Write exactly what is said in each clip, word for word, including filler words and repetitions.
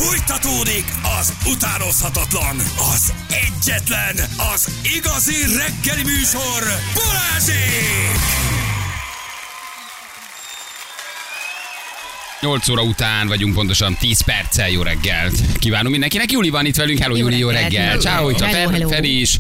Fújtatódik az utánozhatatlan, az egyetlen, az igazi reggeli műsor, Balázsék! nyolc óra után vagyunk, pontosan tíz perccel. Jó reggelt kívánunk mindenkinek. Júli van itt velünk. Hello, Júli, jó reggel. Ciao, itt a Fer- Feri is.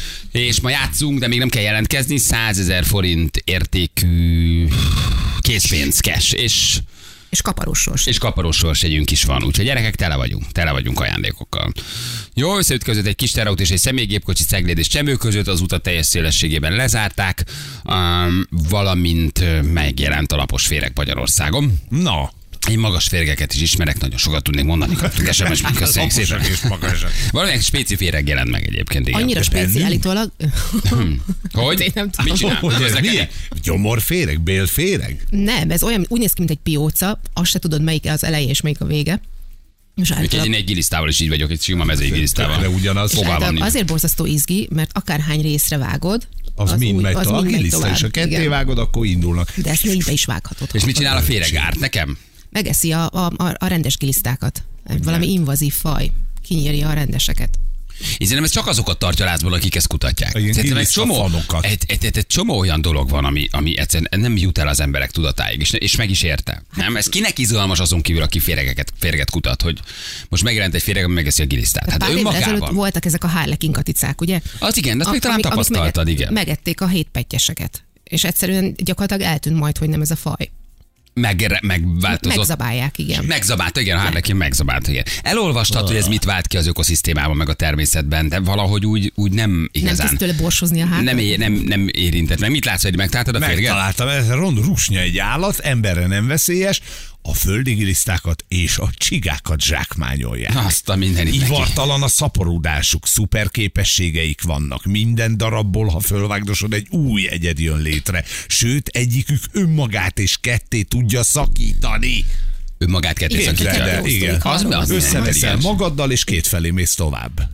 És ma játszunk, de még nem kell jelentkezni. százezer forint értékű készpénz, cash. És... És kaparós sors. És kaparós sorsjegyünk is van. Úgyhogy gyerekek, tele vagyunk. Tele vagyunk ajándékokkal. Jó, összeütközött egy kis terautó és egy személygépkocsi Cegléd és Csemő között. Az utat teljes szélességében lezárták, um, valamint megjelent a lapos féreg Magyarországon. Na. Én magas férgeket is ismerek, nagyon sokat tudnék mondani. Kaptunk es em es-ben, köszönjük szépen. Valamilyen spéci féreg jelent meg egyébként. Igen. Annyira spéci állítólag. Hmm. Hogy? Én nem tudom. Mit csinál? Hogy ez mi? Gyomorféreg? Bélféreg? Nem, ez olyan, úgy néz ki, mint egy pióca, azt se tudod, melyik az eleje és melyik a vége. És állítólag... Én egy gilisztával is így vagyok, egy sima mezői gilisztával. De ugyanaz. Azért borzasztó izgi, mert akárhány részre vágod, az, az mind úgy, megy az tovább. A giliszta, és a ketté vágod, akkor indulnak. De ezt még be is vághatod. És mit csinál a féreg? Árt nekem? Megeszi a, a, a rendes gilisztákat. Valami invazív faj. Kinyírja a rendeseket. És szerintem ez csak azokat tartja lázból, akik ezt kutatják. Szerintem egy csomó, egy, egy, egy, egy csomó olyan dolog van, ami, ami egyszerűen nem jut el az emberek tudatáig, és, és meg is érte. Nem? Ez kinek izgalmas azon kívül, aki férgeket, férget kutat, hogy most megjelent egy féreg, ami megeszi a gilisztát. Hát önmagában. Voltak ezek a Harlequin katicák, ugye? Az igen, de azt még talán tapasztaltad, igen. Megették a hétpettyeseket. És egyszerűen gyakorlatilag eltűnt majd, hogy nem ez a faj. Meg, megváltozott. Megzabálják, igen. Megzabált, igen, a Harlequin megzabált, igen. Elolvastad, hogy ez mit vált ki az ökoszisztémában, meg a természetben, de valahogy úgy, úgy nem igazán. Nem tudsz tőle borsozni a hátat. Nem, nem, nem érintett meg. Mit látsz, hogy megtaláltad a férget? Megtaláltam, ez rond rusnya egy állat, emberre nem veszélyes, a földi gilisztákat és a csigákat zsákmányolják. Azt a mindenit. Ivartalan a szaporodásuk, szuper képességeik vannak. Minden darabból, ha fölvágdosod, egy új egyed jön létre. Sőt, egyikük önmagát és ketté tudja szakítani. Önmagát ketté szakítja. Igen. Az, az összeveszel magaddal, és kétfelé mész tovább.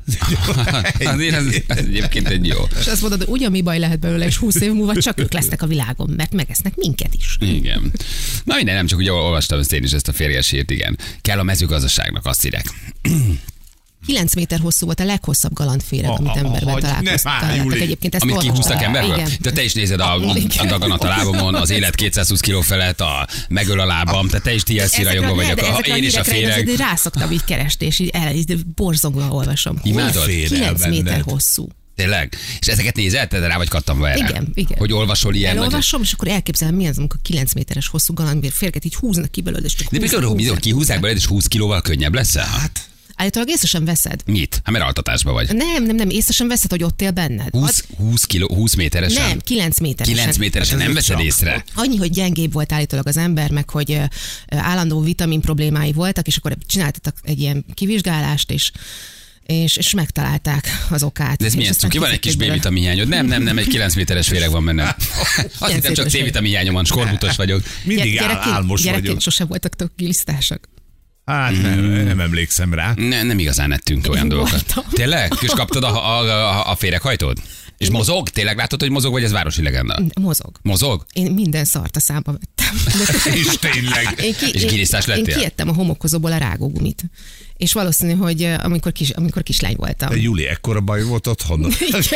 Azért ez, ez egyébként egy jó. És azt mondod, hogy ugyan mi baj lehet belőle, és húsz év múlva csak ők lesznek a világon, mert megesznek minket is. Igen. Na minden, nem csak ugye olvastam ezt én is, ezt a férges hírt, igen. Kell a mezőgazdaságnak, azt írják. kilenc méter hosszú volt a leghosszabb galantféreg, amit emberben találkoztak. Egyébként ezt amit kihúztak emberből? Igen. De te is nézed a, a daganat a lábamon, az élet kétszázhúsz kiló felett, a megöl a lábam, te, te is té el cé rajongó vagyok, a, én is a féreg. Én rászoktam így keresni, és így, el, így borzongva olvasom. Imádod? kilenc méter hosszú. Tényleg? És ezeket nézel? Te rá vagy kattanva erre? Igen, igen. Hogy olvasol ilyen? Elolvasom, nagy... és akkor elképzelem, mi az, amikor kilenc méteres hosszú galambérférget így húznak ki belőle, és csak de húznak, húznak, húznak, kihúzzák belőle, és húsz kilóval könnyebb lesz? Hát... Állítólag észre sem veszed. Mit? Hát mert altatásban vagy. Nem, nem, nem, észre sem veszed, hogy ott él benned. húsz, húsz kiló, húsz méteresen? Nem, kilenc méteresen. kilenc méteresen, nem veszed észre. Annyi, hogy gyengébb volt állítólag az ember, meg hogy állandó vitamin problémái voltak, és akkor csináltattak egy ilyen kivizsgálást, és És, és megtalálták az okát. De ez milyen cuki? Van egy kis B-vitamin hiányod? Nem, nem, nem, egy kilenc méteres féreg van benne. Azt hittem, csak C-vitamin hiányom van, skorbutos vagyok. Mindig álmos vagyok. Gyerekként sose voltak gilisztások. Hát nem, nem emlékszem rá. Ne, nem igazán ettünk olyan dolgokat. Tényleg? És kaptad a, a, a, a féreghajtód? És mozog? Tényleg látod, hogy mozog, vagy ez városi legenda? Mozog. Mozog? Én minden szart a számba vettem. És tényleg. Én ki, és gilisztás lettél? Én kiettem a homokozóból a rágógumit. És valószínű, hogy amikor, kis, amikor kislány voltam. De Júli, ekkora baj volt otthon?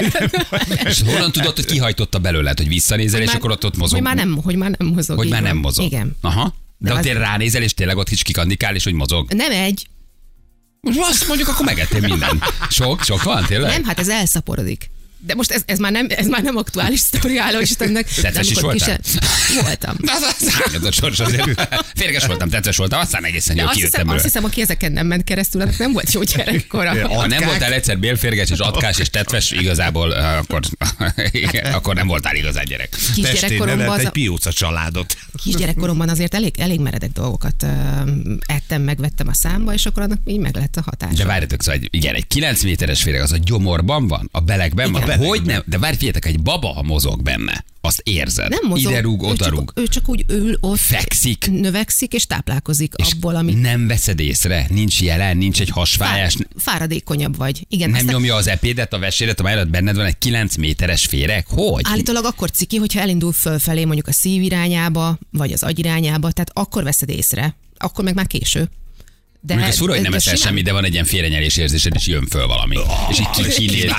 És honnan tudod, hogy kihajtotta belőled, hogy visszanézel, és akkor ott, ott mozog? Hogy már nem, hogy már nem mozog. Hogy már nem mozog. Igen. Aha. De, De ott az... ránézel, és tényleg ott is kikandikál, és hogy mozog? Nem egy. Most azt mondjuk, akkor megettél minden. Sok, sok van, tényleg? Nem, hát ez elszaporodik. De most ez, ez, már, nem, ez már nem aktuális sztori, álló Istennek. Tetves is voltál? Kise... Voltam. Az a sors azért. Férges voltam, tetves voltam, aztán egészen jól kijöttem belőle. Azt hiszem, aki ezeken nem ment keresztül, annak nem volt jó gyerekkora. Ha nem voltál egyszer bélférges és atkás és tetves, igazából akkor, akkor nem voltál igazán gyerek. Kisgyerekkoromban az... egy pióca családot. Kisgyerekkoromban azért elég, elég meredek dolgokat uh, ettem, megvettem a számba, és akkor annak így meg lett a hatás. De várjatok, szóval igen, egy kilenc méteres féreg, az a gyomorban van, a belegben van. Hogy nem? De várj, figyeljetek, egy baba, ha mozog benne, azt érzed. Nem mozog. Ide rúg, oda rúg. Ő csak úgy ül ott. Fekszik. Növekszik és táplálkozik és abból, amit... nem veszed észre? Nincs jelen, nincs egy hasfájás? Fá, fáradékonyabb vagy. Igen, nem aztán... nyomja az epédet, a vesédet, amelyen benned van egy kilenc méteres féreg? Hogy? Állítólag akkor ciki, hogyha elindul fölfelé mondjuk a szív irányába, vagy az agy irányába, tehát akkor veszed észre. Akkor meg már késő. De ez fura, hogy nem eszel semmi, de van egy ilyen félrenyelés érzésed, és jön föl valami. Oh, és itt kinél.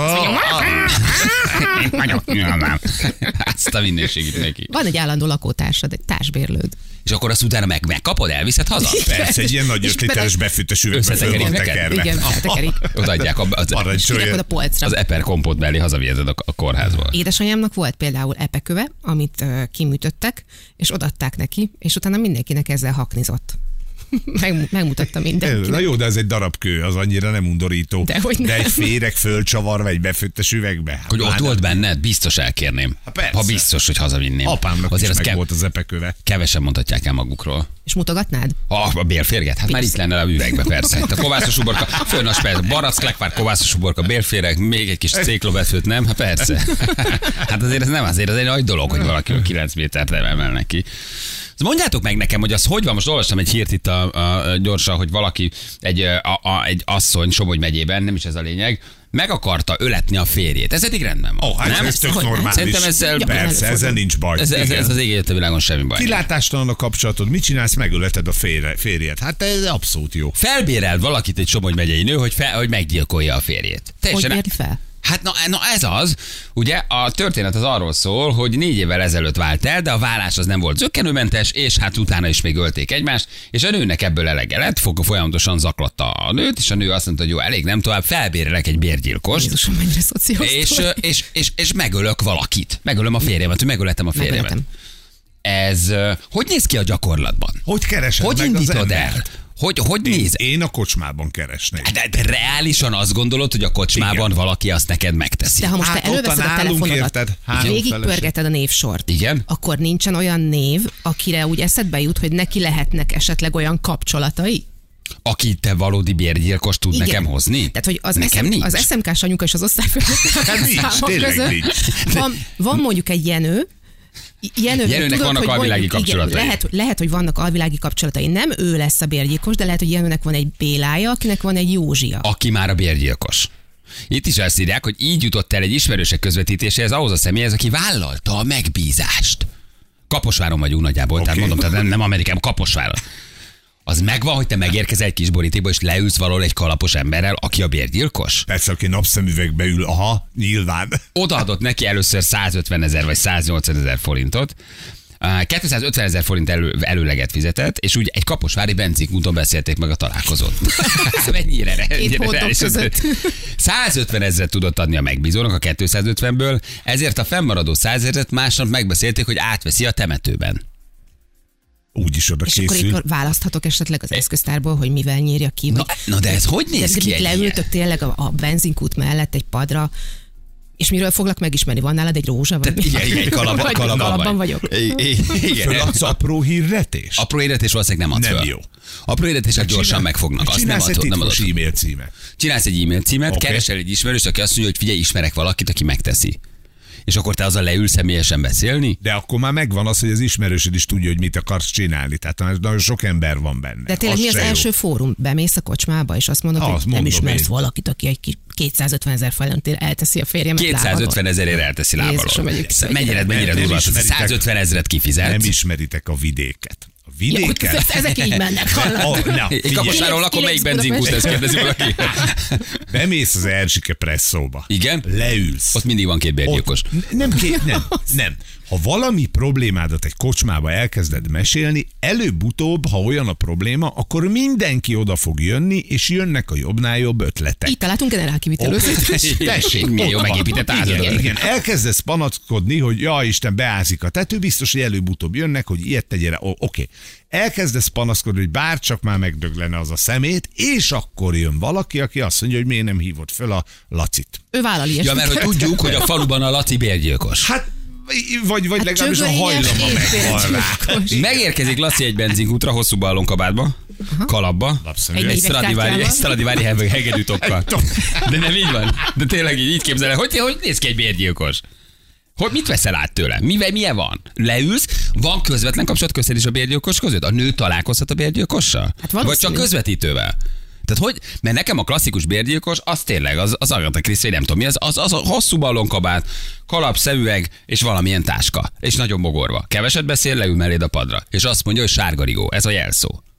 Azt a minőségét neki. Van egy állandó lakótársad, egy társbérlőd. És akkor azt utána meg, megkapod, elviszed haza? Persze, egy ilyen nagy öt literes befűtes üvegbe föl van tekerve. Igen, feltekerik. Odaadják a, az, a polcra. Az eper kompót mellé hazaviheted a, a kórházba. Édesanyámnak volt például epeköve, amit uh, kiműtöttek, és odaadták neki, és utána mindenkinek ezzel haknizott. Meg, megmutatta mindenkinek. Na jó, de ez egy darab kő, az annyira nem undorító. De, de egy féreg fölcsavarva egy befőttes üvegbe. Hát hogy ott volt benned, biztos elkérném. Ha biztos, hogy hazavinném. Apámnak azért is meg kev... volt az epeköve. Kevesen mondhatják el magukról. És mutogatnád? Ah, a bélférget? Hát már itt lenne a üvegbe, persze. Itt a kovászos uborka, fölnas persze, barack, lekvár, kovászos uborka, bélféreg, még egy kis céklobetfőt, nem? Hát persze. Hát azért ez nem azért, az egy nagy dolog, hogy valakiről kilenc métert emelnek ki. Mondjátok meg nekem, hogy az hogy van, most olvastam egy hírt itt a, a, gyorsan, hogy valaki, egy, a, a, egy asszony Somogy megyében, nem is ez a lényeg, meg akarta öletni a férjét. Ez eddig rendben van. Oh, hát nem? Ez tök normális. Szerintem ezzel, persze, ezzel nincs baj. Ez, ez, ez az ég világon semmi baj. Kilátástalan a kapcsolatod, mit csinálsz, megöleted a férjét. Hát ez abszolút jó. Felbérel valakit egy Somogy megyei nő, hogy, fel, hogy meggyilkolja a férjét. Teljesen hogy éri fel? Hát na, na ez az, ugye a történet az arról szól, hogy négy évvel ezelőtt vált el, de a vállás az nem volt zökkenőmentes, és hát utána is még ölték egymást, és a nőnek ebből elege lett, folyamatosan zaklatta a nőt, és a nő azt mondta, hogy jó, elég, nem tovább, felbérelek egy bérgyilkost. Jézusom, mennyire szociális. És, és, és, és megölök valakit. Megölöm a férjemet, hogy megöletem a férjemet. Ez hogy néz ki a gyakorlatban? Hogy keresed hogy meg indítod az el? Hogy, hogy néz? Én a kocsmában keresnék. De, de reálisan azt gondolod, hogy a kocsmában igen. valaki azt neked megteszi. De ha most hát te előveszed a telefonodat, végigpörgeted a névsort, igen? akkor nincsen olyan név, akire úgy eszedbe jut, hogy neki lehetnek esetleg olyan kapcsolatai? Aki te valódi bérgyilkos tud igen. nekem hozni? Tehát, hogy az nekem nincs. Az es em ká-s anyuka és az osztályfőnök van, van mondjuk egy Jenő, Jenőnek, Jenőnek tudod, vannak alvilági kapcsolatai. Igen, lehet, lehet, hogy vannak alvilági kapcsolatai. Nem ő lesz a bérgyilkos, de lehet, hogy Jenőnek van egy Bélája, akinek van egy Józsia. Aki már a bérgyilkos. Itt is azt írják, hogy így jutott el egy ismerősek közvetítéséhez ahhoz a személyhez, aki vállalta a megbízást. Kaposváron vagyunk nagyjából, okay. Tehát mondom, tehát nem, nem Amerikában, Kaposváron. Az megvan, hogy te megérkezel egy kis borítékba, és leülsz valahol egy kalapos emberrel, aki a bérgyilkos? Persze, aki napszemüvegbe ül, aha, nyilván. Odaadott neki először százötven ezer vagy száznyolcvan ezer forintot, kétszázötven ezer forint elő, előleget fizetett, és úgy egy kaposvári benzinkúton beszélték meg a találkozót. Mennyire? százötven ezeret tudott adni a megbízónak a kétszázötvenből, ezért a fennmaradó száz ezeret másnap megbeszélték, hogy átveszi a temetőben. Úgy is oda és készül. És akkor választhatok esetleg az eszköztárból, hogy mivel nyírja ki. Na, na de ez hogy néz ki? Leültök tényleg a, a benzinkút mellett egy padra, és miről foglak megismerni? Van nálad egy rózsa? Vagy Te, igen, igen, kalapban, vagy, kalapban, kalapban vagyok. Igen. Föladsz apró hirdetés? Apró hirdetés valószínűleg nem adsz Nem föl. jó. Apró hirdetések gyorsan megfognak. Azt csinálsz nem egy adod, titkos e-mail címet. Csinálsz egy e-mail címet, okay. Keresel egy ismerőst, aki azt mondja, hogy figyelj, ismerek valakit, aki megteszi. És akkor te azzal leülsz személyesen beszélni? De akkor már megvan az, hogy az ismerősöd is tudja, hogy mit akarsz csinálni. Tehát nagyon sok ember van benne. De tényleg az mi az első jó. fórum? Bemész a kocsmába, és azt mondod, azt hogy nem ismersz én. valakit, aki egy kétszázötven ezer forintért elteszi a férjemet kétszázötven ezerért elteszi lábalól. Mennyire, mennyire durva, százötven ezeret kifizet. Nem ismeritek a vidéket. A vidéken? Ja, ezek így mennek. Én Kaposváron lakom, melyik benzinkút, ezt kérdezi valaki. Bemész az Erzsike presszóba. Igen? Leülsz. Ott mindig van két bérgyilkos. Nem két, nem, nem. Ha valami problémádat egy kocsmába elkezded mesélni, előbb-utóbb, ha olyan a probléma, akkor mindenki oda fog jönni, és jönnek a jobbnál jobb ötletek. Itt találtunk generálkivitelőzőt. Tessék, milyen jó megépített házadon. Igen, igen, elkezdesz panaszkodni, hogy ja Isten, beázik a tető, biztos, hogy előbb-utóbb jönnek, hogy ilyet tegyere. Oké. Okay. Elkezdesz panaszkodni, hogy bárcsak már megdöglene az a szemét, és akkor jön valaki, aki azt mondja, hogy miért nem hívott föl a Lacit. Ő vállal ilyesmit. Ja, mert hogy tudjuk, hogy a faluban a Laci bérgyilkos. Hát vagy, vagy hát legalábbis a hajlama megvan rá. Megérkezik Laci egy benzinkútra, hosszú ballonkabátba, kalapba, egy Stradivari, egy Stradivari hegedűtokkal. De nem így van. De tényleg így, így képzeled, hogy, hogy néz ki egy bérgyilkos? Hogy mit veszel át tőle? Mivel, milyen van? Leülsz, van közvetlen kapcsolat közted is a bérgyilkos között? A nő találkozhat a bérgyilkossal? Hát vagy csak közvetítővel? Tehát hogy, mert nekem a klasszikus bérgyilkos, az tényleg, az, az Agatha Christie, nem tudom mi, az, az, az a hosszú ballonkabát, kalap, szemüveg, és valamilyen táska, és nagyon mogorva. Keveset beszél, leül melléd a padra, és azt mondja, hogy sárgarigó, ez a jelszó.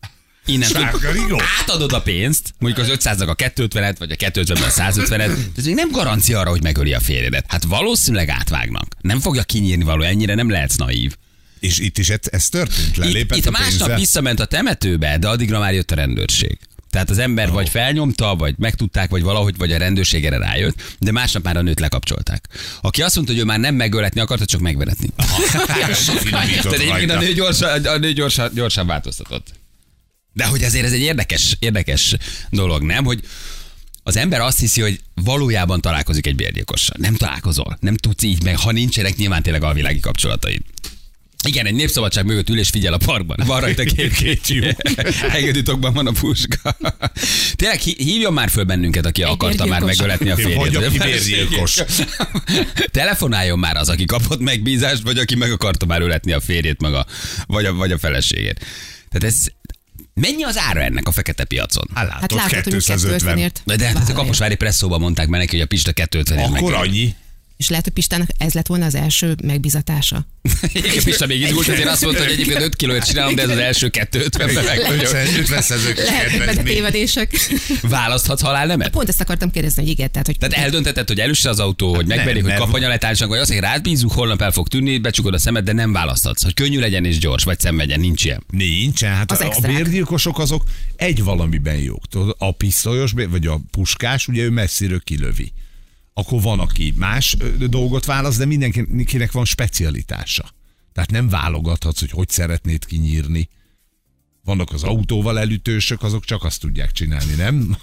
Innentől átadod a pénzt, mondjuk az ötszáznak a kétszázötvenet, vagy a kétszázötvenben a százötvenet, ez még nem garancia arra, hogy megöli a férjedet. Hát valószínűleg átvágnak. Nem fogja kinyírni való, ennyire nem lehetsz naív. És itt is ez, ez történt, lelépett itt, itt a pénzzel. másnap visszament a temetőbe, de addigra már jött a rendőrség. Tehát az ember oh. vagy felnyomta, vagy megtudták, vagy valahogy, vagy a rendőrség erre rájött, de másnap már a nőt lekapcsolták. Aki azt mondta, hogy ő már nem megöletni akarta, csak megveretni. Tehát egyébként a nő gyorsan, a nő gyorsan, gyorsan változtatott. De hogy azért ez egy érdekes, érdekes dolog, nem? Hogy az ember azt hiszi, hogy valójában találkozik egy bérgyilkossal. Nem találkozol, nem tudsz így meg, ha nincsenek nyilván tényleg alvilági kapcsolataid. Igen, egy népszabadság mögött ül és figyel a parkban. Van rajta két kétjű. Hegedűtokban van a puska. Tényleg hívjon már föl bennünket, aki egy akarta már megöletni a férjét. Vagy aki bérgyilkos. Telefonáljon már az, aki kapott megbízást, vagy aki meg akarta már öletni a férjét, meg a, vagy, a, vagy a feleségét. Tehát ez... Mennyi az ára ennek a fekete piacon? Hát látod, hát látod kétszázötvenért. De hát a Kaposvári Presszóban mondták meg neki, hogy a Pista kétszázötvenért meg. Akkor annyi. És lehet, hogy Pistának ez lett volna az első megbizatása. Igen, Pista még izgult, azért azt mondta, hogy egyébként öt kilóért csinálom, de ez az első kétszázötvenben meg. Lehet tévedések. Választhatsz halálnemet? Pont ezt akartam kérdezni, hogy igen. Tehát, hogy tehát eldöntheted, hogy elüsse az autó, hogy megveri, hogy kampanyaletálisan, vagy azt, hogy rád bízunk, holnap el fog tűnni, becsukod a szemed, de nem választhatsz. Hogy könnyű legyen és gyors, vagy szenvedjen, nincs ilyen. Nincsen, hát a, a bérgyilkosok azok egy valamiben jók. A pisztolyos, vagy a puskás, ugye ő messziről kilövi. Akkor van, aki más dolgot választ, de mindenkinek van specialitása. Tehát nem válogathatsz, hogy hogy szeretnéd kinyírni. Vannak az autóval elütősök, azok csak azt tudják csinálni, nem?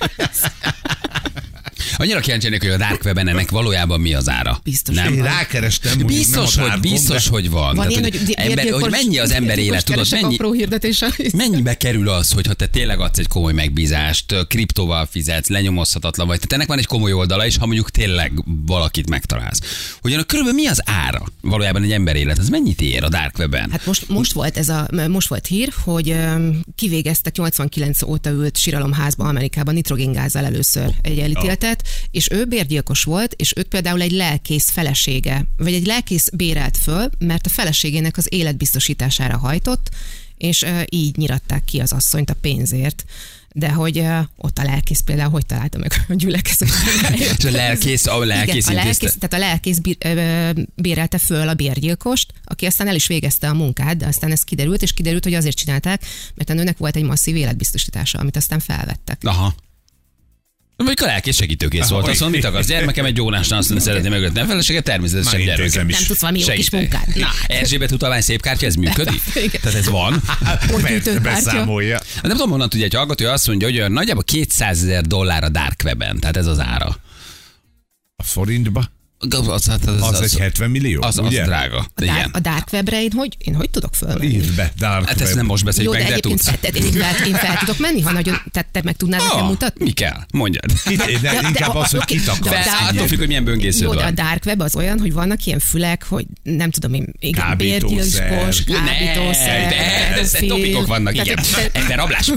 Annyira kíváncsi, hogy a Dark Web-en ennek valójában mi az ára. Biztos. Nem? Én rákerestem. Biztos, nem hogy, biztos de... hogy van. van tehát, ilyen, hogy, ember, hogy mennyi az ember élet, tudod, mennyi, mennyibe kerül az, hogyha te tényleg adsz egy komoly megbízást, kriptóval fizetsz, lenyomozhatatlan vagy. Tehát ennek van egy komoly oldala is, ha mondjuk tényleg valakit megtalálsz. Ugyanak körülbelül mi az ára valójában egy ember élet? Az mennyit ér a Dark Web-en? Hát most, most, volt ez a, most volt hír, hogy um, kivégeztek nyolcvankilenc óta ült síralomházban Amerikában nitrogéngázzal először egy elítéltet, oh. és ő bérgyilkos volt, és őt például egy lelkész felesége, vagy egy lelkész bérelt föl, mert a feleségének az életbiztosítására hajtott, és uh, így nyiratták ki az asszonyt a pénzért. De hogy uh, ott a lelkész például hogy találta meg a gyülekezetet. És a lelkész, a lelkész, igen, a lelkész tehát a lelkész bí, ö, bérelte föl a bérgyilkost, aki aztán el is végezte a munkát, de aztán ez kiderült, és kiderült, hogy azért csinálták, mert a nőnek volt egy masszív életbiztosítása, amit aztán felvettek. Aha. Vagy a lelkész segítőkész volt. Azt mondta, mit akarsz? Gyermekem egy Jónásnál azt mondja, szeretném megölni a feleséget, természetesen gyermekem. Nem tudsz valami jó kis munkát. Erzsébet utalvány szép kártya, ez működik? Tehát ez van. Beszámolja. Nem tudom, honnan tudja egy hallgató, hogy azt mondja, hogy nagyjából kétszázezer dollár a Dark Web-en. Tehát ez az ára. A forintba? Az, az, az, az, az egy hetven millió, az, ugye? Az drága. A, dar- a Dark Webre én hogy, én hogy tudok fölmenni? Írd be, Dark Hát Web. ezt nem most beszéljük jó, meg, de, de tudsz. Te, te, én, fel, én fel tudok menni, ha nagyon, tehát te meg tudnál nekem ah, mutatni? Mi kell? Mondjad. Itt, de, inkább az, hogy kit akarsz. Attól függ, hogy milyen böngésződ van. Jó, de a van. Dark Web az olyan, hogy vannak ilyen fülek, hogy nem tudom én, igen, bérgyilkos, kábítószer, de topikok vannak, igen. Emberrablás.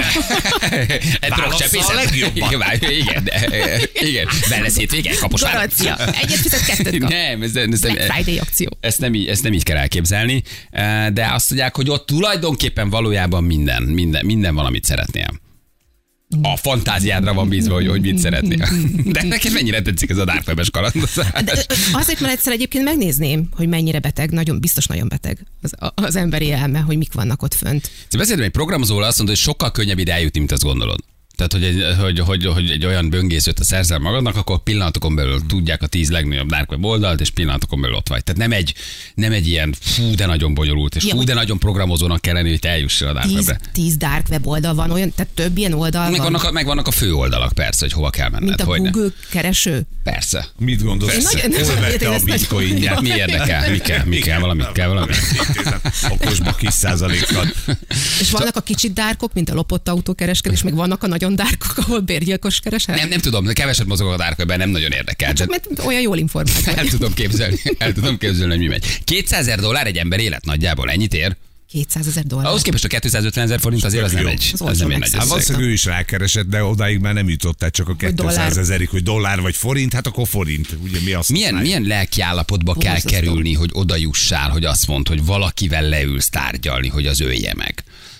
Válassza a legjobban. Igen, igen. Wellness hétvége, Kaposvár. Garancia. Egyet fizet, kettőt kap. Nem, ez, ez, Black Friday akció. Ezt nem, így, ezt nem így kell elképzelni, de azt mondják, hogy ott tulajdonképpen valójában minden, minden, minden valamit szeretnél. A fantáziádra van bízva, hogy, hogy mit szeretnél. De neked mennyire tetszik ez a Dark Web-es kalandozás? Azért, mert egyszer egyébként megnézném, hogy mennyire beteg, nagyon biztos nagyon beteg az, az emberi elme, hogy mik vannak ott fönt. Beszéltem egy programozóval, azt mondta, hogy sokkal könnyebb ide eljutni, mint azt gondolod. Tehát, hogy egy, hogy, hogy, hogy egy olyan böngészőt a szerzel magadnak, akkor pillanatokon belül tudják a tíz legnagyobb Dark Web oldalt, és pillanatokon belül ott vagy. Tehát nem egy, nem egy ilyen fú, de nagyon bonyolult, és ja, fú, de nagyon programozónak kell lenni, hogy te eljuss a Dark Webbe. Tíz Dark Web oldal van olyan, tehát több ilyen oldal meg van. Vannak a, meg vannak a fő oldalak, persze, hogy hova kell menned. Mint a hogyne. Google kereső? Persze. Mit gondolsz? Hol vette a bitcoinját? Mi érdekel? Mi kell? Mi kell? Valami? Kell valami? Okosba kis százalékkal. És vannak a kicsit dárkok, mint a lopott autókereskedés, meg vannak a nagyon dárkok, ahol bérgyilkos keresel? Nem, nem tudom, keveset mozogok a Dark Webben, nem nagyon érdekel. Csak mert olyan jól informált. El tudom képzelni, el tudom képzelni, hogy mi megy. kétszázezer dollár egy ember élet nagyjából, ennyit ér? kétszázezer dollár. Ahhoz képest a kétszázötven ezer forint azért az nem egy, az az nem egy nagy összeg. Hát valószínűleg ő is rákeresett, de odáig már nem jutott, tehát csak a kétszázezerig, hogy dollár vagy forint, hát akkor forint. Ugye mi azt milyen, milyen lelki állapotba kell kerülni, hogy oda jussál, hogy azt mondd, hogy valakivel leülsz tárgyalni, hogy az ölje meg.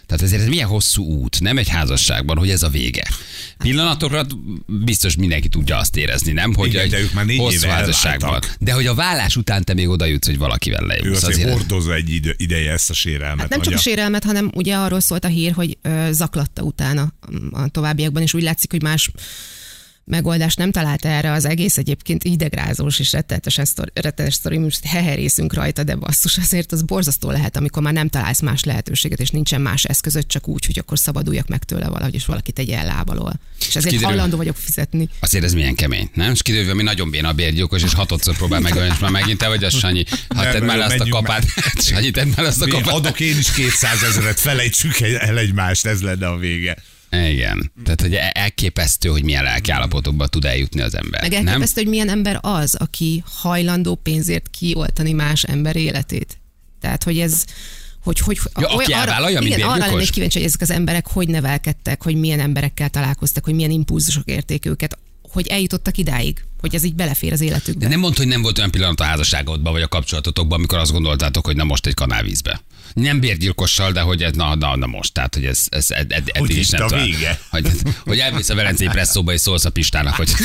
Tehát ezért ez milyen hosszú út, nem egy házasságban, hogy ez a vége. Pillanatokra biztos mindenki tudja azt érezni, nem? Hogy igen, de ők már négy hosszú éve házasságban. elváltak. De hogy a vállás után te még oda jutsz, hogy valakivel lejössz. Ő azért, azért hordozza egy idő, ideje ezt a sérelmet. Hát nem csak a sérelmet, hanem ugye arról szólt a hír, hogy ö, zaklatta utána a továbbiakban, és úgy látszik, hogy más megoldást nem talált erre, az egész egyébként idegrázós és rettenetes sztori, rettenetes sztori, most heherészünk rajta, de basszus, azért az borzasztó lehet, amikor már nem találsz más lehetőséget, és nincsen más eszközöd, csak úgy, hogy akkor szabaduljak meg tőle valahogy, és valaki tegye el lábalól. És ezért kiderül, hajlandó vagyok fizetni. Azért ez milyen kemény, nem? És kiderül, hogy mi nagyon béna bérgyilkos, és hatodszor próbál megölni, és már megint te vagy az, Sanyi. Ha tedd már le azt a kapát. Sanyi, tedd már azt a kapát. Adok én is kétszázezret, felejtsük el egymást, ez lenne a vége. Igen. Tehát, hogy elképesztő, hogy milyen lelkiállapotokba tud eljutni az ember. Meg elképesztő, hogy milyen ember az, aki hajlandó pénzért kioltani más ember életét. Tehát, hogy ez... Hogy, hogy, ja, aki elvállalja, mint igen, arra bérgyilkos? lennék kíváncsi, hogy ezek az emberek hogy nevelkedtek, hogy milyen emberekkel találkoztak, hogy milyen impulzusok érték őket, hogy eljutottak idáig, hogy ez így belefér az életükbe. De nem mondd, hogy nem volt olyan pillanat a házasságodban, vagy a kapcsolatotokban, amikor azt gondoltátok, hogy na most egy kanálvízbe. Nem bérgyilkossal, de hogy ez, na, na, na most, tehát hogy ez, ez ed, ed, eddig is nem tudom. Hogy, hogy elmész a Velencei presszóba és szólsz a Pistának, hogy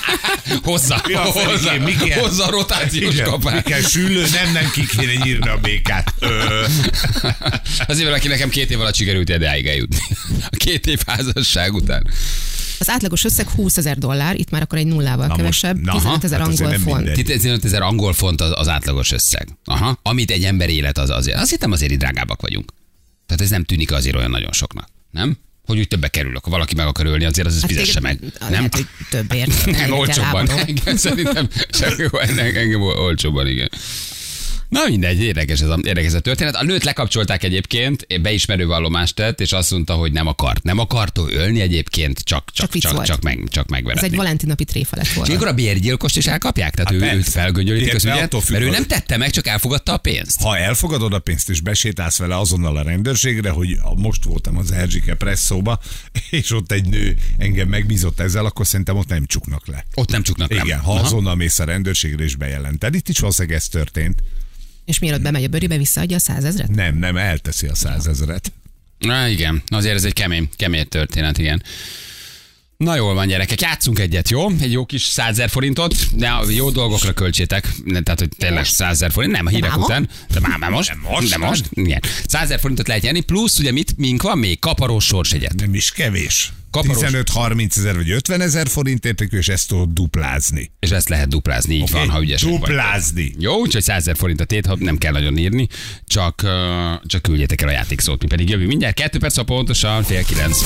hozza, ja, hozza, hozza a rotációs kapát. Mi kell sülő, nem, nem ki kéne nyírni a békát. Ö. Azért valaki nekem két év alatt sikerült ideáig eljutni. A két év házasság után. Az átlagos összeg húszezer dollár, itt már akkor egy nullával na kevesebb, tizenöt ezer hát angol font. tizenöt ezer angol font az, az átlagos összeg. Aha. Amit egy ember élet az azért. Azt hittem azért drágábbak vagyunk. Tehát ez nem tűnik azért olyan nagyon soknak, nem? Hogy úgy többe kerülök. Ha valaki meg akar ölni, azért az, az hát fizesse meg. Nem? Lehet, hogy többért. Nem, olcsóbban. Engem szerintem engem olcsóbban, igen. Na mindegy, érdekes ez, a, érdekes ez a történet. A nőt lekapcsolták egyébként, beismerő vallomást tett, és azt mondta, hogy nem akart. Nem akart ölni egyébként, csak, csak, csak, csak, csak, meg, csak megveretni. Ez egy valentinapi tréfa lett volna. És akkor a bérgyilkost is elkapják? Tehát hát ő, őt felgöngyölítik az ügyet, mert ő nem tette meg, csak elfogadta a pénzt. Ha elfogadod a pénzt, és besétálsz vele azonnal a rendőrségre, hogy most voltam az Erzsike presszóba, és ott egy nő engem megbízott ezzel, akkor szerintem ott nem csuknak le. Ott nem csuknak le. Igen, ha aha. azonnal mész a rendőrségre és bejelented. Itt is valószínűleg ez történt. És mielőtt bemegy a bőribe, visszaadja a százezret? Nem, nem, elteszi a százezret. Na igen, azért ez egy kemény, kemény történet, igen. Na jól van, gyerekek, játszunk egyet, jó? Egy jó kis százezer forintot, de a jó dolgokra költsétek. Tehát, hogy tényleg százezer forint, nem a hírek de után. De már, már most, de most, de most, igen. százezer forintot lehet nyerni, plusz ugye mit, mink van még? Kaparós sorsjegyet. Nem is kevés. Kaparós. tizenöt-harminc ezer vagy ötven ezer forint értékű, és ezt tudod duplázni. És ezt lehet duplázni, így okay. van, ha ügyesek vagy. Duplázni. Jó, úgyhogy százezer forint a tét, nem kell nagyon írni, csak, uh, csak küldjétek el a játékszót, mi pedig jövünk mindjárt. Kettő perc, a pontosan, fél kilenc.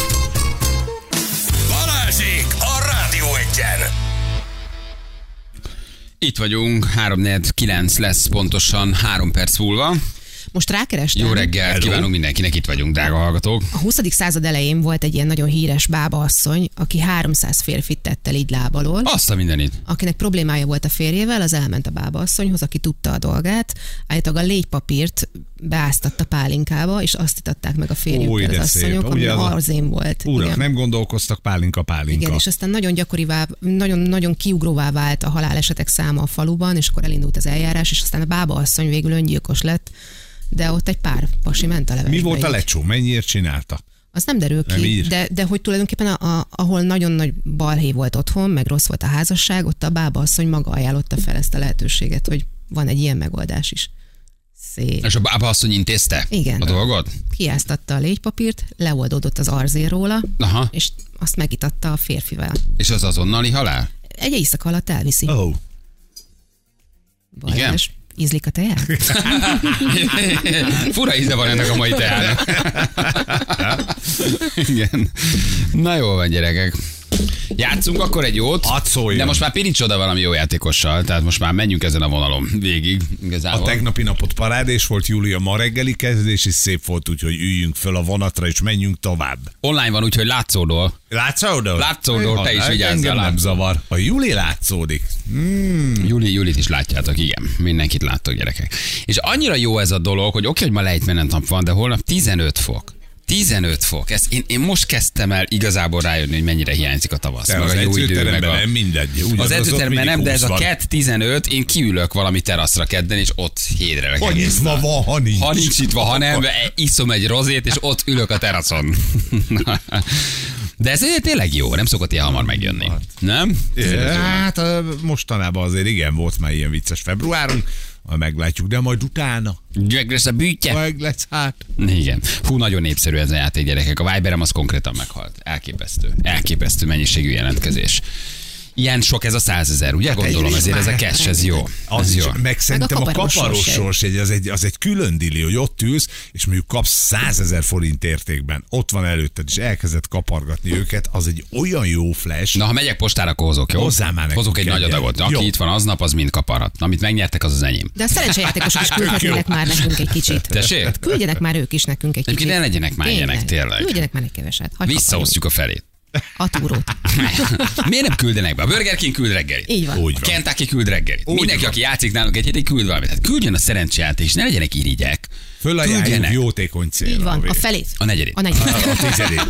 Balázsék a Rádió Egyen. Itt vagyunk, három negyven kilenc lesz pontosan három perc múlva. Most rákerestem. Jó reggelt kívánunk mindenkinek, itt vagyunk, drága hallgatók. A huszadik század elején volt egy ilyen nagyon híres bábaasszony, aki háromszáz férfit tett el így lábalól. Azt a mindenit. Akinek problémája volt a férjével, az elment a bábaasszonyhoz, aki tudta a dolgát. Állítólag a légypapírt beáztatta pálinkába, és azt itatták meg a férjükkel az asszonyok, ami arzén volt. Urak, igen. Nem gondolkoztak, pálinka, pálinka. Igen, és aztán nagyon gyakorivá, nagyon, nagyon kiugróvá vált a halálesetek száma a faluban, és akkor elindult az eljárás, és aztán a bábaasszony végül öngyilkos lett. De ott egy pár pasi ment a levesbe. Mi volt a lecsó? Mennyiért csinálta? Az nem derül ki, nem de, de hogy tulajdonképpen a, a, ahol nagyon nagy balhé volt otthon, meg rossz volt a házasság, ott a bábaasszony maga ajánlotta fel ezt a lehetőséget, hogy van egy ilyen megoldás is. Szép. És a bábaasszony intézte igen, a dolgot? Kiáztatta a légypapírt, leoldódott az arzér róla, aha. És azt megitatta a férfivel. És az azonnali halál? Egy éjszaka alatt elviszi. Oh. Balázs. Igen? Ízlik a teát? Fura íze van ennek a mai teának. Igen. Na jó van, gyerekek. Játszunk akkor egy jót, de most már piríts oda valami jó játékossal, tehát most már menjünk ezen a vonalon végig. Igazából. A tegnapi napot parádés volt, Júlia, ma reggeli kezdés, és szép volt, úgyhogy üljünk föl a vonatra, és menjünk tovább. Online van, úgyhogy látszódól. Látszódól? Látszódól, te is vigyázzál. Nem zavar. A Júli látszódik. Hmm. Júli, Júlit is látjátok, igen. Mindenkit láttok, gyerekek. És annyira jó ez a dolog, hogy oké, hogy ma lejtmenetnap van, de holnap tizenöt fok. tizenöt fok. Ezt én, én most kezdtem el igazából rájönni, hogy mennyire hiányzik a tavasz. De meg az a jó idő, meg a... nem mindegy. Az edzőteremben nem, de ez a kett tizenöt, én kiülök valami teraszra kedden, és ott hédre ha nyitva van, ha nincs. Ha nincs nyitva, ha nem, iszom egy rozét, és ott ülök a teraszon. De ez tényleg jó, nem szokott ilyen hamar megjönni. Nem? Hát mostanában azért igen, volt már ilyen vicces februárunk, meglátjuk, de majd utána. Meg lesz a bűtje. Meg lesz hát. Igen. Hú, nagyon népszerű ez a játék, gyerekek. A Viberem az konkrétan meghalt. Elképesztő. Elképesztő mennyiségű jelentkezés. Ilyen sok ez a százezer, ugye? Hát gondolom, ezért ez a cash, ez jó. Az ez jó. Meg szerintem meg a kaparós, kaparós sorsegy, az egy, az egy külön dili, hogy ott ülsz, és mondjuk kapsz százezer forint értékben. Ott van előtted, és elkezded kapargatni őket, az egy olyan jó flash. Na, ha megyek postára, akkor hozok, jó? Hozzá már hozok egy nagy adagot. Aki jó. Itt van aznap, az mind kaparhat. Amit megnyertek, az az enyém. De a szerencsejátékosok is küldhetnének már nekünk egy kicsit. Tessék? Hát küldjenek már ők is nekünk egy kicsit. Ne legyenek már ilyenek, tényleg. Küldjenek már egy keveset. Visszaosztjuk a felét. A túrót. Miért nem küldenek be? A Burger King küld reggelit. Így van. Úgy van. Kentucky küld reggelit. Úgy Mindenki, van. aki játszik nálunk egy hétig, küld valamit. Hát küldjön a szerencsejáték, és ne legyenek irigyek. Fölajánljuk jótékony célra. Így van, a felét. A negyedét. A negyedét. A, a tizedét.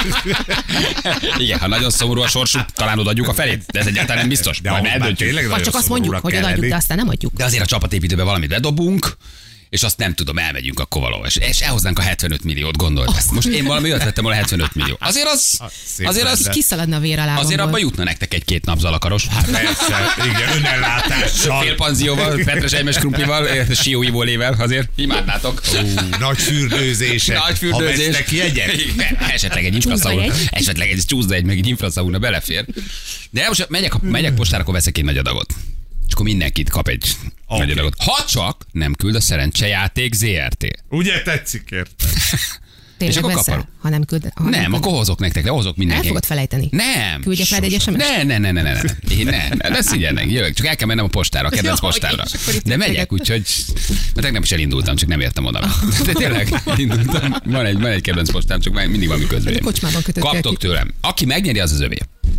Igen, ha nagyon szomorú a sorsuk, talán odaadjuk a felét. De ez egyáltalán nem biztos. De majd már eldöntjük. tényleg Vagy csak azt mondjuk, hogy odaadjuk, de aztán nem adjuk. De azért a csapatépítőbe valamit bedobunk, és azt nem tudom, elmegyünk akkor valahol. És, és elhoznánk a hetvenöt milliót, gondold. Most én valami olyat vettem volna hetvenöt millió. Azért az, azért az, kiszaladna a vér alá. azért abba jutna nektek egy-két nap zalakaros. Hát persze, igen, önellátással. Félpanzióval, Petres Eimes krumplival, sióivólével, azért imádnátok. Uh, nagy fürdőzések. Nagy fürdőzés. Ha vesznek jegyek. Esetleg egy infraszauna. Esetleg egy csúszda egy, meg egy infraszauna belefér. De most megyek, megyek postára, akkor veszek egy nagy adagot. És akkor mindenkit kap egy okay. nagy adagot. Ha csak nem küld a szerencsejáték zé er té. Ugye tetszik, érted? És akkor kapar. Ha nem küld. Ha nem, nem küld. Akkor hozok nektek, de hozok mindenkinek. El fogod felejteni. Nem. Küldjek már egy es em es-t? Ne, ne, ne, ne, ne, ne. Én ne, ne, ne szigyenek, jövök. Csak el kell mennem a postára, a kedvenc postára. De megyek, úgyhogy mert tegnap is elindultam, csak nem értem oda. De tényleg elindultam. Van egy, van egy kedvenc postám, csak mindig valami közben. Kaptok tőlem. Aki megnyeri, az az övé.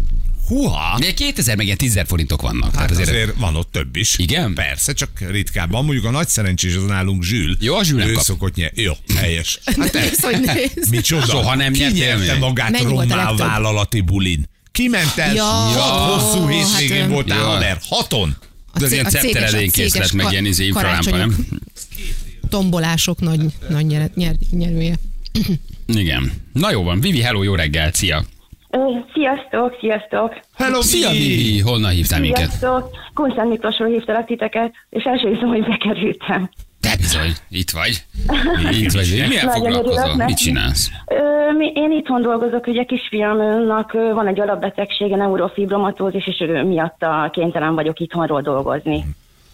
Húha! De kétezer meg ilyen tízezer forintok vannak. Hát tehát azért... azért van ott több is. Igen? Persze, csak ritkábban. Mondjuk a nagy szerencsés az nálunk Zsül. Jó, a Zsül nem ő kap. szokott nyerni. Jó, helyes. Hát nézd, hogy nézd. Micsoda? Soha nem Ki nyerte magát rommá vállalati bulin? Ki ment el? Ja, hat hosszú hétvégén hát, voltál, ja. haver. Haton? De az ilyen cepteredénkészlet, meg ilyen izé infralámpa, nem? Tombolások nagy, nagy nyer, nyer, nyerője. Igen. Na jó van. Vivi, hello, jó reggel, szia. Sziasztok, sziasztok! Hello, Szia, Vivi! Honnan hívtál minket? Sziasztok! Kunszent Miklósról hívtalak titeket, és első hiszem, hogy bekerültem. Te bizony, itt vagy. Itt vagy. Milyen foglalkozol? Mit csinálsz? Ö, mi, én itthon dolgozok, ugye kisfiamnak van egy alapbetegsége, neurofibromatózis, és ő miatt kénytelen vagyok itthonról dolgozni.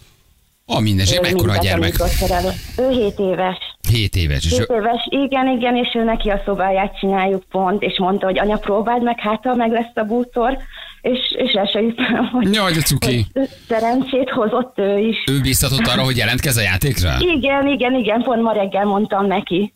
A mindenség, mekkora a gyermek? Ő hét éves. Hét éves. Hét éves, igen, igen, és ő neki a szobáját csináljuk pont, és mondta, hogy anya, próbáld meg, hát ha meg lesz a bútor, és, és el se hittem, hogy, Jaj, de cuki. hogy szerencsét hozott ő is. Ő biztatott arra, hogy jelentkezz a játékra? Igen, igen, igen, pont ma reggel mondtam neki.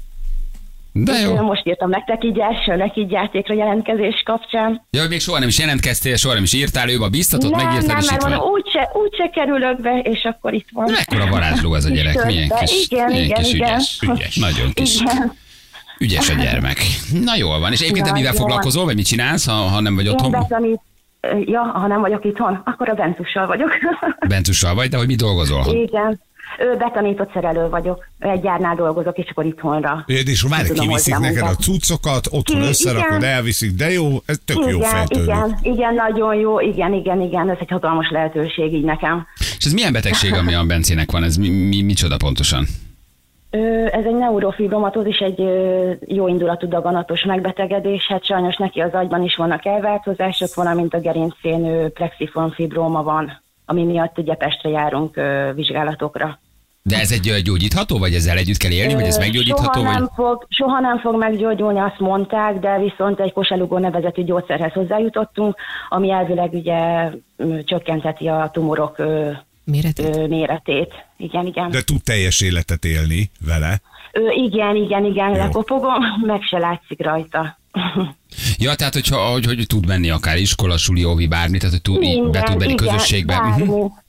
De jó. Most írtam nektek így elsőnek így játékra jelentkezés kapcsán. Ja, hogy még soha nem is jelentkeztél, soha nem is írtál, ő ma biztatott, nem, megírtad, nem, és itt mert van. mondom, úgyse, úgyse kerülök be, és akkor itt van. Mekkora varázsló ez a gyerek, milyen kis, igen, milyen igen, kis igen. ügyes, ügyes, nagyon kis. Igen. Ügyes a gyermek. Na jól van, és egyébként te mivel foglalkozol, vagy mit csinálsz, ha, ha nem vagy Én otthon? betanít, ja, ha nem vagyok itthon, akkor a Bentussal vagyok. Bentussal vagy, de hogy mi dolgozol? Igen. Ő betanított szerelő vagyok. Egy gyárnál dolgozok, és akkor itthonra. És várj, kiviszik neked a cuccokat, otthon Ki, összerakod, igen. elviszik, de jó, ez tök igen, jó feltöltő. Igen, igen, nagyon jó, igen, igen, igen, ez egy hatalmas lehetőség így nekem. És ez milyen betegség, ami a Bencének van? Ez mi, mi, micsoda pontosan? Ö, ez egy neurofibromatózis, egy ö, jóindulatú daganatos megbetegedés. Hát sajnos neki az agyban is vannak elváltozások, valamint a gerincén ö, plexiform fibróma van, ami miatt ugye Pestre járunk ö, vizsgálatokra. De ez egy gyógyítható, vagy ezzel együtt kell élni, vagy ez meggyógyítható? Soha nem, vagy? fog, soha nem fog meggyógyulni, azt mondták, de viszont egy koselugó nevezetű gyógyszerhez hozzájutottunk, ami elvileg ugye ö, csökkenteti a tumorok ö, Méretét. Ö, méretét. Igen, igen. De tud teljes életet élni vele. Ö, igen, igen, igen, lekopogom, meg se látszik rajta. Ja, tehát hogyha, hogy, hogy tud menni akár iskola, suli, óvi, bármi, tehát hogy tud, Minden, be tud menni igen, közösségbe. bármi.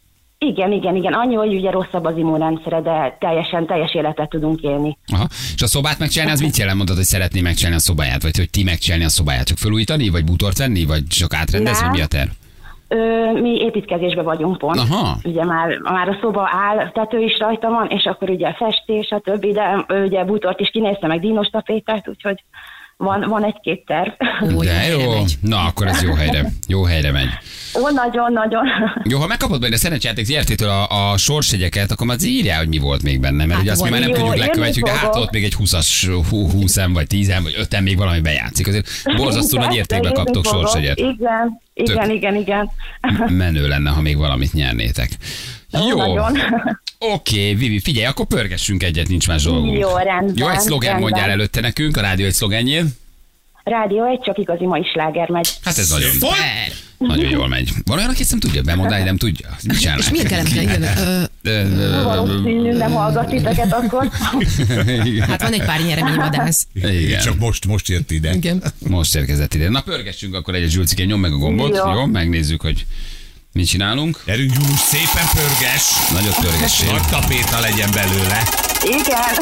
Igen, igen, igen. Annyi, hogy ugye rosszabb az immunrendszere, de teljesen, teljes életet tudunk élni. Aha. És a szobát megcsinálni, az mit jelent? Mondod, hogy szeretné megcsinálni a szobáját, vagy hogy ti megcsinálni a szobáját? Csak felújítani, vagy bútort venni, vagy csak átrendezni, mi a terv? Ö, mi építkezésben vagyunk pont. Aha. Ugye már, már a szoba áll, tető is rajta van, és akkor ugye festés, a többi, de ugye bútort is kinézte, meg dínos tapétát, úgyhogy van, van egy-két terv. Ó, de jó. Megy. Na, akkor ez jó helyre. Jó helyre megy. Ó, nagyon-nagyon. Jó, ha megkapod majd a szerencsejáték zé er té-től a, a sorsjegyeket, akkor már írjál, hogy mi volt még benne, mert hát ugye azt mi már nem jó, tudjuk lekövetjük, de hát ott még egy húszas, húszem vagy tízem vagy öten még valami bejátszik. Azért borzasztó nagy értékben kaptok sorsjegyet. Igen, igen, Tök igen, igen. Menő lenne, ha még valamit nyernétek. Jó. Nagyon. Oké, Vivi, figyelj, akkor pörgessünk egyet, nincs más dolgunk. Jó, rendben. Jó, egy szlogán mondjál előtte nekünk, a rádió egy szlogenjén. Rádió egy, csak igazi mai sláger megy. Hát ez nagyon, nagyon jól megy. Van olyan, aki ezt nem tudja bemondani, nem tudja. Mit csinál? És milyen kellemetlen jön? Valószínű, nem hallgat titeket akkor. Hát van egy pár nyereményvadász. Igen. Csak most, most jött ide. Igen. Most érkezett ide. Na pörgessünk akkor egyet, Zsülcikén, nyom meg a gombot. Jó. Jó, megnézzük, hogy mit csinálunk. Gyerünk, Gyulus, szépen pörges. Nagyot pörgessél. Nagy tapéta legyen belőle. Igen.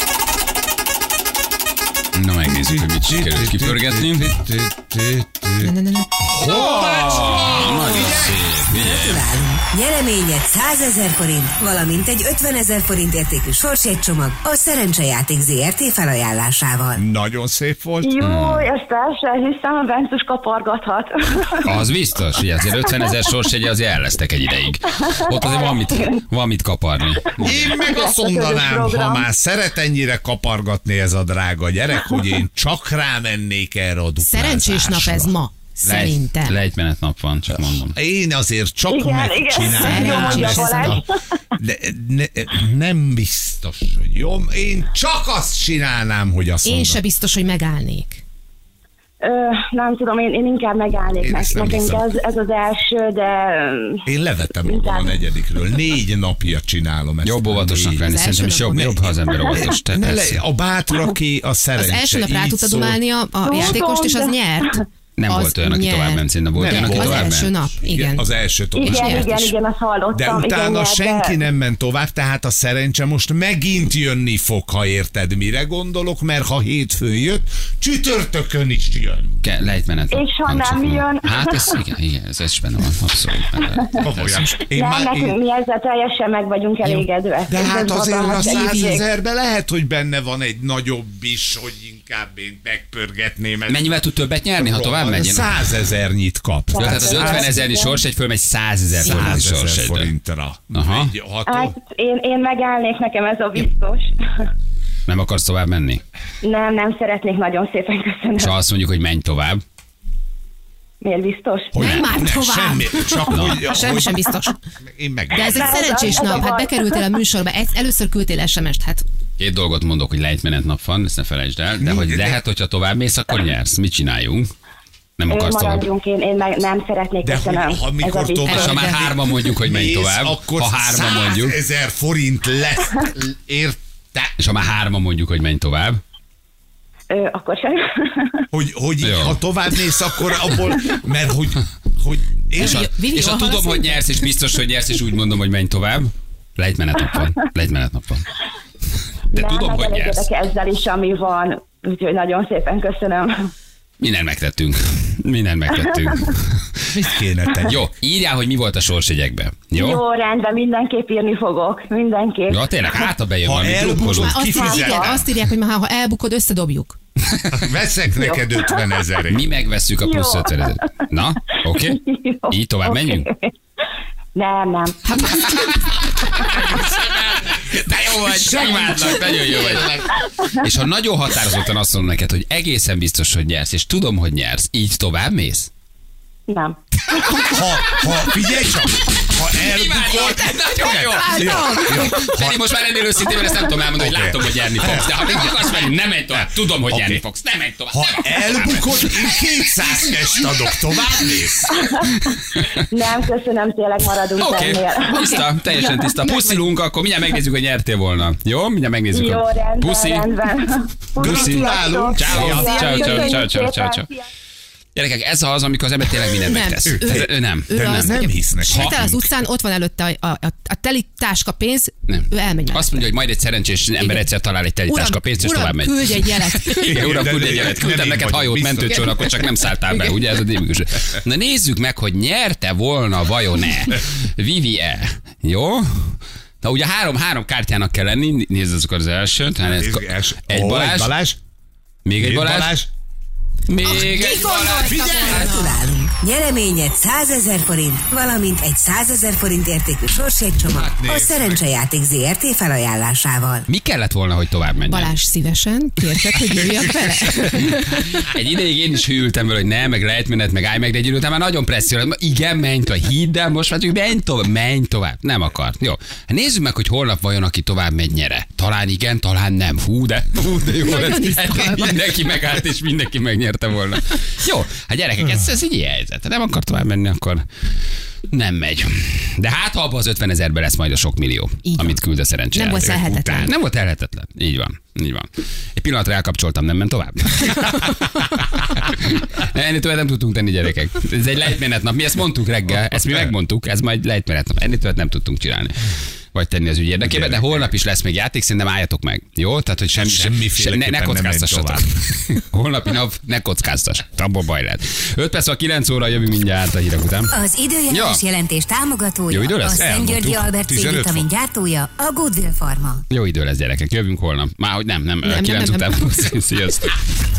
Na megnézzük, hogy mit sikerült kipörgetni. Nagyon szép. Gratulálunk! Nyereményed százezer forint, valamint egy ötvenezer forint értékű sorsjegycsomag a Szerencsejáték zé er té felajánlásával. Nagyon szép volt. Jó, ezt el sem hiszem, a Bentus kapargathat. Az biztos, hogy azért ötvenezer sorsjegye azért ellesztek egy ideig. Ott azért van mit, van mit kaparni. Én meg azt mondanám, ha már szeret ennyire kapargatni ez a drága gyerek, hogy én csak rámennék erre a duplázásra. Szerencsés nap ez ma. Szerintem. Lejtmenet nap van, csak mondom. Én azért csak Igen, megcsinálnám igen. ezt a... De, ne, nem biztos, hogy jó. Én csak azt csinálnám, hogy azt Én mondom. se biztos, hogy megállnék. Ö, nem tudom, én, én inkább megállnék Én meg. ezt nem Nekem hiszem. ez, ez az első, de... Én levettem magam a negyedikről. Négy napja csinálom ezt. Jobb óvatosnak Négy. lenni, Az szerintem is első jobb, nap- jobb, ha az ember óvatos. Te, Ne le, persze. a bátraké a szerencse. Az első nap rá így tudta szól. dumálni a, a játékost, és az nyert. Nem Az volt olyan, aki nyer. tovább ment, szerintem volt Nem olyan, aki Az tovább első ment. nap, igen. Az első tovább. Igen, nyert igen, is. igen, azt hallottam. De igen, utána nyert, senki de... nem ment tovább, tehát a szerencse most megint jönni fog, ha érted, mire gondolok, mert ha hétfőn jött, csütörtökön is jön. Ke- Lejtmenet. És ha nem csak- jön? Hát ez igen, igen, ez is benne van, abszolút. Komolyan. Én Nem, már, nekünk én, mi ezzel teljesen meg vagyunk elégedve. de Ez hát az azért a hatalmas segítség. százezerben lehet, hogy benne van egy nagyobb is, hogy inkább én megpörgetném. ezt. Mennyivel tud többet nyerni, ha tovább megy? Százezernyit kap. Ja, tehát az ötvenezernyi sorsegy fölmegy százezer forinti Százezer sorsegyre. forintra. Aha. Egy ható. Hát én, én megállnék, nekem ez a biztos. Nem akarsz tovább menni? Nem, nem szeretnék, nagyon szépen köszönöm. És ha azt mondjuk, hogy menj tovább. Miért biztos? Hogy Nem már ne, tovább. Semmi, csak hogy, Ha semmi hogy sem biztos. én meg. De ez egy Nem, szerencsés ez a nap. Hát baj. bekerültél a műsorba, ez- először küldtél es em est, hát Két dolgot mondok, hogy lejtmenet nap van, ezt ne felejtsd el, de hogy lehet, hogyha tovább mész, akkor nyersz. Mit csináljunk? Nem Én akarsz tovább. maradjunk, én, én meg nem szeretnék, De hogy, köszönöm. ha Ez mikor a biztos. tovább- És ha már hárman mondjuk, hogy menj mész, tovább, akkor ha hárman mondjuk, százezer forint lesz. Érte? és ha már hárman mondjuk, hogy menj tovább, Ö, akkor sem. Hogy, hogy Jó. ha tovább mész, akkor abból, mert hogy, hogy én és ha, Vivi, és ha hol tudom, hallasz hogy minket? nyersz, és biztos, hogy nyersz, és úgy mondom, hogy menj tovább, lejtmenetnap van. Lejtmenetnap van. De nem, tudom, hogy nyersz. megelégedek ezzel is, ami van. Úgyhogy nagyon szépen köszönöm. Mindent megtettünk. Mindent megtettünk. mit kéne tenni? Jó, írjál, hogy mi volt a sorsjegyekben. Jó? Jó, rendben, mindenképp írni fogok. Mindenképp. Ja, tényleg, hát ha bejön Ha valami elbuksz, drukkoló. már azt, Kifizetem. igen, azt írják, hogy már ha elbukod, összedobjuk. Veszek neked ötven ezerért. Mi megvesszük a plusz Jó. ötven ezer. Na, oké? Okay? Jó, Így tovább oké. menjünk? Nem, nem. De jó vagy, megvárlak, nagyon jó vagy. És ha nagyon határozottan azt mondom neked, hogy egészen biztos, hogy nyersz, és tudom, hogy nyersz, így tovább mész? Nem. Ha, ha, figyelj csak, ha elbukod... Nagyon jó. Jó, jó. Feri, most már ennél őszintén, ezt nem tudom elmondani, hogy Oké. látom, hogy nyerni fogsz. De ha még akarsz menni, nem menj tovább. Tudom, hogy Oké. nyerni fogsz. Nem menj tovább. Ha elbukod, én kétszáz kest adok, tovább mész? Nem, köszönöm, tényleg maradunk Oké, ennél. tiszta, teljesen tiszta. Puszilunk, akkor mindjárt megnézzük, hogy nyertél volna. Jó? Mindjárt megnézzük. Jó, a- rendben, Puszi. rendben. Puszi. Gratulálunk. Ciao, Szia, ciao, ciao, köszönjük ciao, ciao, szépen. ciao. Szia. Gyerekek, ez az, amikor az ember tényleg mindent Nem. megtesz. Ő- Ez- Ő nem. Ő nem, az, nem hogy hisznek. sétál az utcán, ott van előtte a, a, a, a teli táska pénz, Nem. ő elmegy. Azt mondja, hogy majd egy szerencsés ember Igen. egyszer talál egy telitáska pénzt, és uram, tovább megy. küldj egy jelet. Igen, uram, De- küld de- egy jelet. nem Küldtem én neked vagyok, hajót, biztos. mentőcsónakot, akkor csak nem szálltál be, ugye? Ez a dinamikus. Na nézzük meg, hogy nyerte volna vajon-e Vivi-e. Jó? Na ugye három, három kártyának kell lenni, nézd azokat az elsőt. Hát ez- Ez- Egy Ó, Balázs, Balázs. még egy Egy Balázs, Balázs. még egy Balázs. Gratulálunk! Nyereményed százezer forint, valamint egy százezer forint értékű sorsjegycsomag a Szerencsejáték zé er té felajánlásával. Mi kellett volna, hogy tovább menjen? Balázs szívesen kérted, hogy jöjjek vele. Egy ideig én is hűltem vele, hogy ne, meg lejtmenet, meg állj meg, de egy idő után már nagyon presszió lett. Igen, menj tovább, hidd el, most már csak menj tovább, menj tovább. Nem akart. Jó. Hát nézzük meg, hogy holnap vajon, aki tovább megy, nyere. Talán igen, talán nem. Hú, de, hú, de jó Nagyon lesz. izgalmas. Mindenki megállt, és mindenki megnyerte volna. Jó, hát gyerekek, ez, ez így ilyen helyzet. Ha nem akar tovább menni, akkor nem megy. De hát, ha abban az ötven ezerben lesz majd a sok millió, Így van. amit küld a szerencsére. Nem volt lehetetlen. Nem volt elhetetlen. Így van. Így van. Egy pillanatra elkapcsoltam, nem ment tovább. Ennél tovább nem tudtunk tenni, gyerekek. Ez egy lejtmenetnap. Mi ezt mondtuk reggel, ezt mi megmondtuk, ez majd lejtmenetnap. Ennél tovább nem tudtunk csinálni. Vagy tenni az ügy érdekében, de holnap is lesz még játék, szerintem álljatok meg. Jó? Tehát, hogy semmi, se, ne, ne kockáztassatok. Holnapi nap ne kockáztass. Abban baj lehet. öt perc, a kilenc óra jövünk mindjárt a hírek után. Az időjárás Ja. jelentés támogatója, Jó idő a lesz? Szent Györgyi Elmondtuk. Albert tizenöt C-vitamin fok. gyártója, a Goodwill Pharma. Jó idő lesz, gyerekek. Jövünk holnap. Már hogy nem, nem, Nem, kilenc nem, nem, után. nem. Sziasztok.